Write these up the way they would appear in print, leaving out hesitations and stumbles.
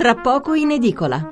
Tra poco in edicola.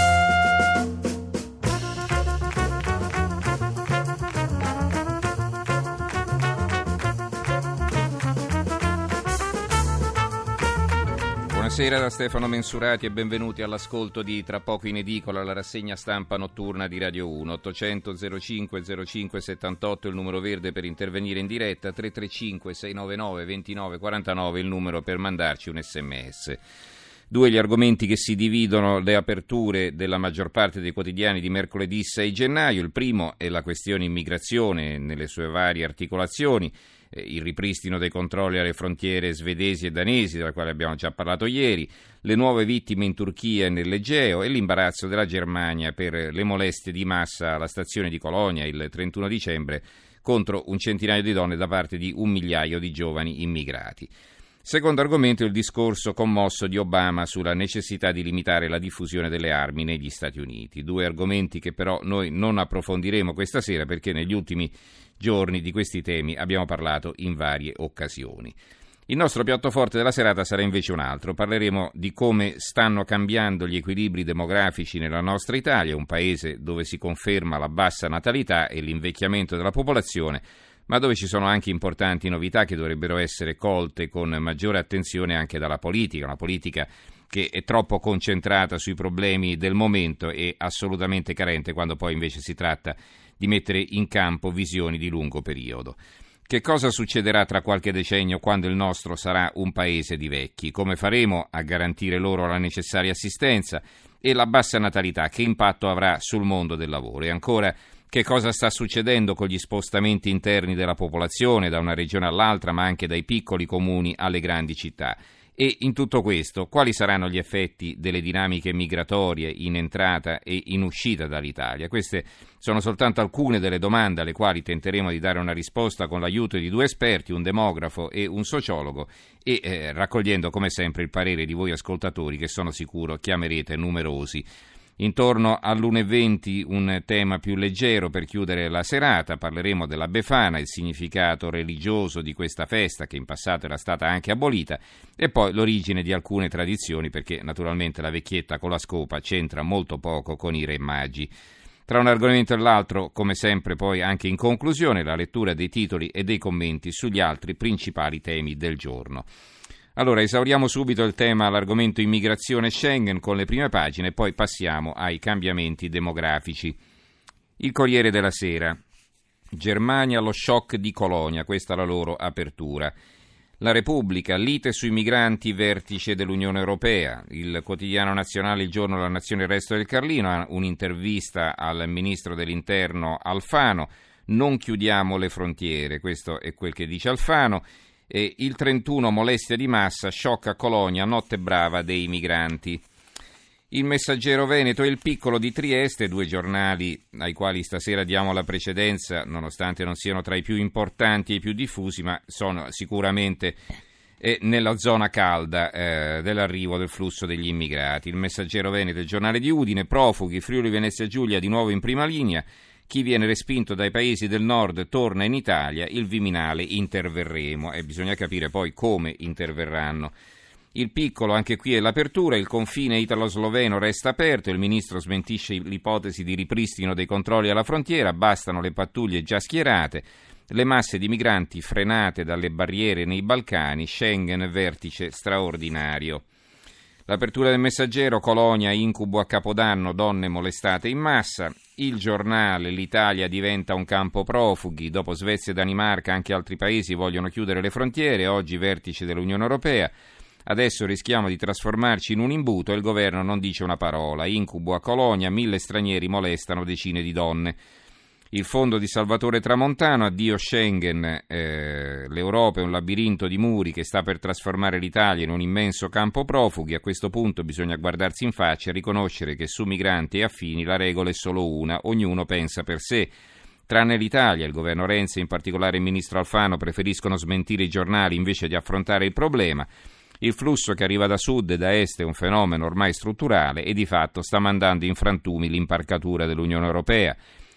Buonasera da Stefano Mensurati e benvenuti all'ascolto di Tra poco in edicola, la rassegna stampa notturna di Radio 1. 800 05 05 78 il numero verde per intervenire in diretta, 335 699 29 49 il numero per mandarci un sms. Due gli argomenti che si dividono le aperture della maggior parte dei quotidiani di mercoledì 6 gennaio. Il primo è la questione immigrazione nelle sue varie articolazioni, il ripristino dei controlli alle frontiere svedesi e danesi, della quale abbiamo già parlato ieri, le nuove vittime in Turchia e nell'Egeo e l'imbarazzo della Germania per le molestie di massa alla stazione di Colonia il 31 dicembre contro un centinaio di donne da parte di 1 migliaio di giovani immigrati. Secondo argomento, il discorso commosso di Obama sulla necessità di limitare la diffusione delle armi negli Stati Uniti. Due argomenti che però noi non approfondiremo questa sera perché negli ultimi giorni di questi temi abbiamo parlato in varie occasioni. Il nostro piatto forte della serata sarà invece un altro. Parleremo di come stanno cambiando gli equilibri demografici nella nostra Italia, un paese dove si conferma la bassa natalità e l'invecchiamento della popolazione, ma dove ci sono anche importanti novità che dovrebbero essere colte con maggiore attenzione anche dalla politica, una politica che è troppo concentrata sui problemi del momento e assolutamente carente quando poi invece si tratta di mettere in campo visioni di lungo periodo. Che cosa succederà tra qualche decennio quando il nostro sarà un paese di vecchi? Come faremo a garantire loro la necessaria assistenza? E la bassa natalità, che impatto avrà sul mondo del lavoro? E ancora, che cosa sta succedendo con gli spostamenti interni della popolazione da una regione all'altra, ma anche dai piccoli comuni alle grandi città? E in tutto questo, quali saranno gli effetti delle dinamiche migratorie in entrata e in uscita dall'Italia? Queste sono soltanto alcune delle domande alle quali tenteremo di dare una risposta con l'aiuto di due esperti, un demografo e un sociologo, e raccogliendo come sempre il parere di voi ascoltatori che sono sicuro chiamerete numerosi. Intorno all'1:20 un tema più leggero per chiudere la serata, parleremo della Befana, il significato religioso di questa festa che in passato era stata anche abolita e poi l'origine di alcune tradizioni perché naturalmente la vecchietta con la scopa c'entra molto poco con i re magi. Tra un argomento e l'altro, come sempre poi anche in conclusione, la lettura dei titoli e dei commenti sugli altri principali temi del giorno. Allora, esauriamo subito il tema, l'argomento immigrazione Schengen con le prime pagine, poi passiamo ai cambiamenti demografici. Il Corriere della Sera. Germania allo shock di Colonia, questa è la loro apertura. La Repubblica, lite sui migranti, vertice dell'Unione Europea. Il quotidiano nazionale Il Giorno, La Nazione, Il Resto del Carlino, ha un'intervista al ministro dell'Interno Alfano. Non chiudiamo le frontiere, questo è quel che dice Alfano. E il 31 molestia di massa, shock a Colonia, notte brava dei migranti. Il Messaggero Veneto e Il Piccolo di Trieste, due giornali ai quali stasera diamo la precedenza, nonostante non siano tra i più importanti e i più diffusi, ma sono sicuramente nella zona calda dell'arrivo del flusso degli immigrati. Il Messaggero Veneto, il giornale di Udine, profughi, Friuli Venezia Giulia di nuovo in prima linea. Chi viene respinto dai paesi del nord torna in Italia, il Viminale interverremo e bisogna capire poi come interverranno. Il Piccolo, anche qui è l'apertura, il confine italo-sloveno resta aperto, il ministro smentisce l'ipotesi di ripristino dei controlli alla frontiera, bastano le pattuglie già schierate, le masse di migranti frenate dalle barriere nei Balcani, Schengen vertice straordinario. L'apertura del Messaggero, Colonia, incubo a Capodanno, donne molestate in massa. Il Giornale, l'Italia diventa un campo profughi, dopo Svezia e Danimarca anche altri paesi vogliono chiudere le frontiere, oggi vertice dell'Unione Europea. Adesso rischiamo di trasformarci in un imbuto e il governo non dice una parola. Incubo a Colonia, 1000 stranieri molestano decine di donne. Il fondo di Salvatore Tramontano, addio Schengen, l'Europa è un labirinto di muri che sta per trasformare l'Italia in un immenso campo profughi. A questo punto bisogna guardarsi in faccia e riconoscere che su migranti e affini la regola è solo una, ognuno pensa per sé. Tranne l'Italia, il governo Renzi e in particolare il ministro Alfano preferiscono smentire i giornali invece di affrontare il problema. Il flusso che arriva da sud e da est è un fenomeno ormai strutturale e di fatto sta mandando in frantumi l'imparcatura dell'Unione Europea.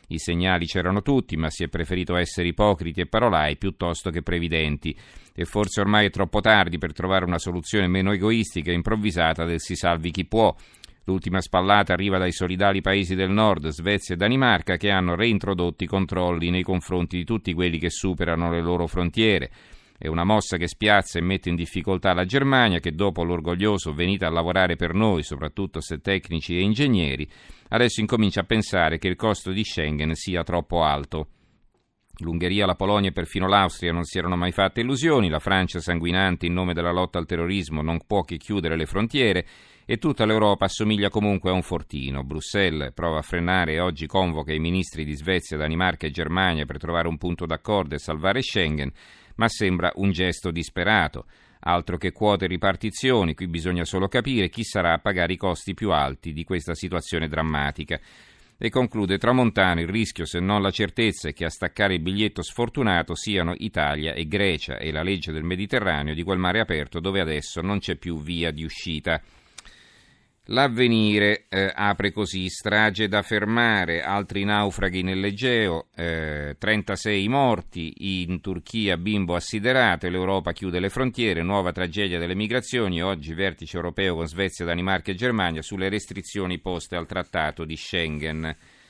I segnali c'erano tutti, ma si è preferito essere ipocriti e parolai piuttosto che previdenti. E forse ormai è troppo tardi per trovare una soluzione meno egoistica e improvvisata del si salvi chi può. L'ultima spallata arriva dai solidali paesi del nord, Svezia e Danimarca, che hanno reintrodotto i controlli nei confronti di tutti quelli che superano le loro frontiere. È una mossa che spiazza e mette in difficoltà la Germania, che dopo l'orgoglioso venite a lavorare per noi, soprattutto se tecnici e ingegneri, adesso incomincia a pensare che il costo di Schengen sia troppo alto. L'Ungheria, la Polonia e perfino l'Austria non si erano mai fatte illusioni, la Francia sanguinante in nome della lotta al terrorismo non può che chiudere le frontiere e tutta l'Europa assomiglia comunque a un fortino. Bruxelles prova a frenare e oggi convoca i ministri di Svezia, Danimarca e Germania per trovare un punto d'accordo e salvare Schengen, ma sembra un gesto disperato. Altro che quote e ripartizioni, qui bisogna solo capire chi sarà a pagare i costi più alti di questa situazione drammatica. E conclude Tramontano: il rischio, se non la certezza, è che a staccare il biglietto sfortunato siano Italia e Grecia e la legge del Mediterraneo, di quel mare aperto dove adesso non c'è più via di uscita. L'Avvenire apre così: strage da fermare, altri naufraghi nell'Egeo, 36 morti, in Turchia bimbo assiderato, l'Europa chiude le frontiere, nuova tragedia delle migrazioni, oggi vertice europeo con Svezia, Danimarca e Germania sulle restrizioni poste al trattato di Schengen.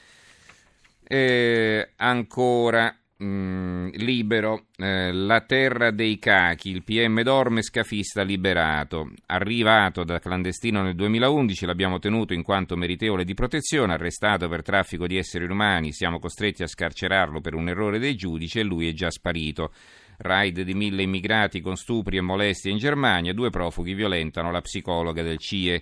Ancora Libero, la terra dei cachi, il PM dorme, scafista liberato, arrivato da clandestino nel 2011, l'abbiamo tenuto in quanto meritevole di protezione, arrestato per traffico di esseri umani, siamo costretti a scarcerarlo per un errore dei giudici e lui è già sparito. Raid di 1000 immigrati con stupri e molestie in Germania, 2 profughi violentano la psicologa del CIE.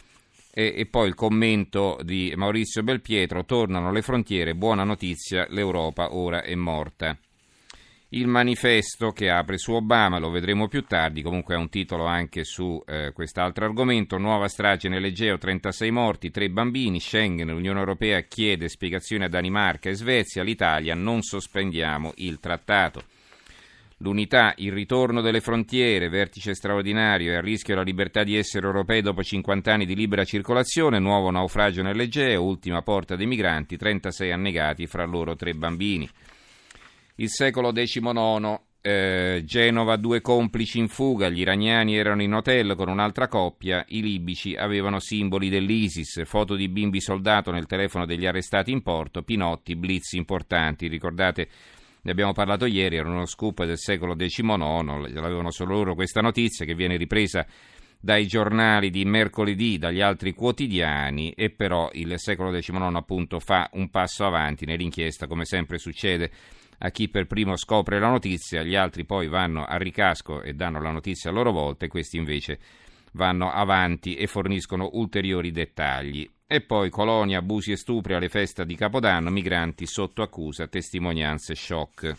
E poi il commento di Maurizio Belpietro: tornano le frontiere, buona notizia, l'Europa ora è morta. Il manifesto, che apre su Obama, lo vedremo più tardi, comunque ha un titolo anche su quest'altro argomento: nuova strage nell'Egeo, 36 morti, 3 bambini, Schengen, l'Unione Europea chiede spiegazioni a Danimarca e Svezia, l'Italia non sospendiamo il trattato. L'unità, il ritorno delle frontiere, vertice straordinario, è a rischio la libertà di essere europei dopo 50 anni di libera circolazione, nuovo naufragio nell'Egeo, ultima porta dei migranti, 36 annegati, fra loro 3 bambini. Il secolo XIX, Genova, 2 complici in fuga, gli iraniani erano in hotel con un'altra coppia, i libici avevano simboli dell'ISIS, foto di bimbi soldato nel telefono degli arrestati in porto, Pinotti, blitz importanti, ricordate? Ne abbiamo parlato ieri, era uno scoop del secolo XIX, l'avevano solo loro questa notizia che viene ripresa dai giornali di mercoledì, dagli altri quotidiani, e però il secolo XIX appunto fa un passo avanti nell'inchiesta, come sempre succede a chi per primo scopre la notizia, gli altri poi vanno a ricasco e danno la notizia a loro volta e questi invece vanno avanti e forniscono ulteriori dettagli. E poi Colonia, abusi e stupri alle feste di Capodanno, migranti sotto accusa, testimonianze shock.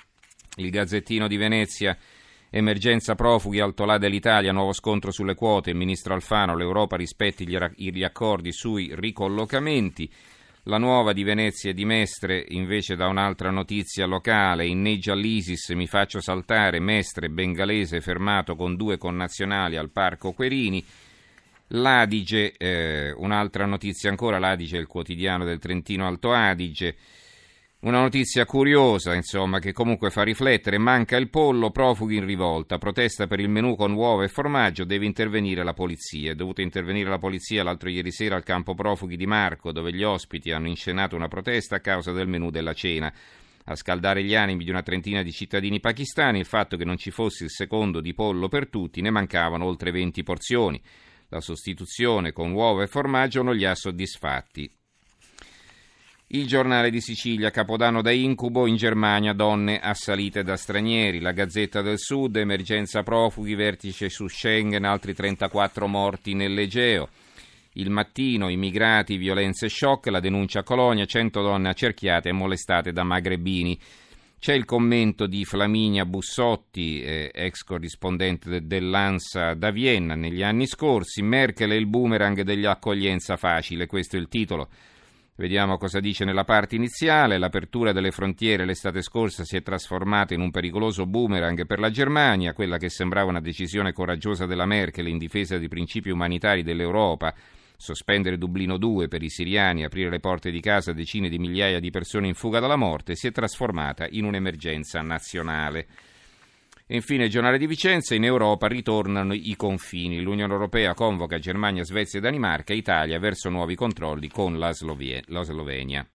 Il Gazzettino di Venezia, emergenza profughi, altolà dell'Italia, nuovo scontro sulle quote, il ministro Alfano, l'Europa rispetti gli accordi sui ricollocamenti. La Nuova di Venezia e di Mestre invece dà un'altra notizia locale: inneggia all'ISIS, mi faccio saltare, Mestre, bengalese fermato con 2 connazionali al Parco Querini. L'Adige, un'altra notizia ancora, l'Adige è il quotidiano del Trentino Alto Adige, una notizia curiosa, insomma, che comunque fa riflettere: manca il pollo, profughi in rivolta, protesta per il menù con uova e formaggio, deve intervenire la polizia. È dovuta intervenire la polizia l'altro ieri sera al campo profughi di Marco, dove gli ospiti hanno inscenato una protesta a causa del menù della cena. A scaldare gli animi di una trentina di cittadini pakistani il fatto che non ci fosse il secondo di pollo per tutti, ne mancavano oltre 20 porzioni. La sostituzione con uova e formaggio non li ha soddisfatti. Il Giornale di Sicilia, Capodanno da incubo, in Germania donne assalite da stranieri. La Gazzetta del Sud, emergenza profughi, vertice su Schengen, altri 34 morti nell'Egeo. Il Mattino, immigrati, violenze shock, la denuncia a Colonia, 100 donne accerchiate e molestate da magrebini. C'è il commento di Flaminia Bussotti, ex corrispondente dell'ANSA da Vienna negli anni scorsi. Merkel è il boomerang dell'accoglienza facile, questo è il titolo. Vediamo cosa dice nella parte iniziale. L'apertura delle frontiere l'estate scorsa si è trasformata in un pericoloso boomerang per la Germania, quella che sembrava una decisione coraggiosa della Merkel in difesa dei principi umanitari dell'Europa. Sospendere Dublino 2 per i siriani, aprire le porte di casa a decine di migliaia di persone in fuga dalla morte, si è trasformata in un'emergenza nazionale. E infine il giornale di Vicenza, in Europa ritornano i confini. L'Unione Europea convoca Germania, Svezia e Danimarca, Italia verso nuovi controlli con la Slovenia.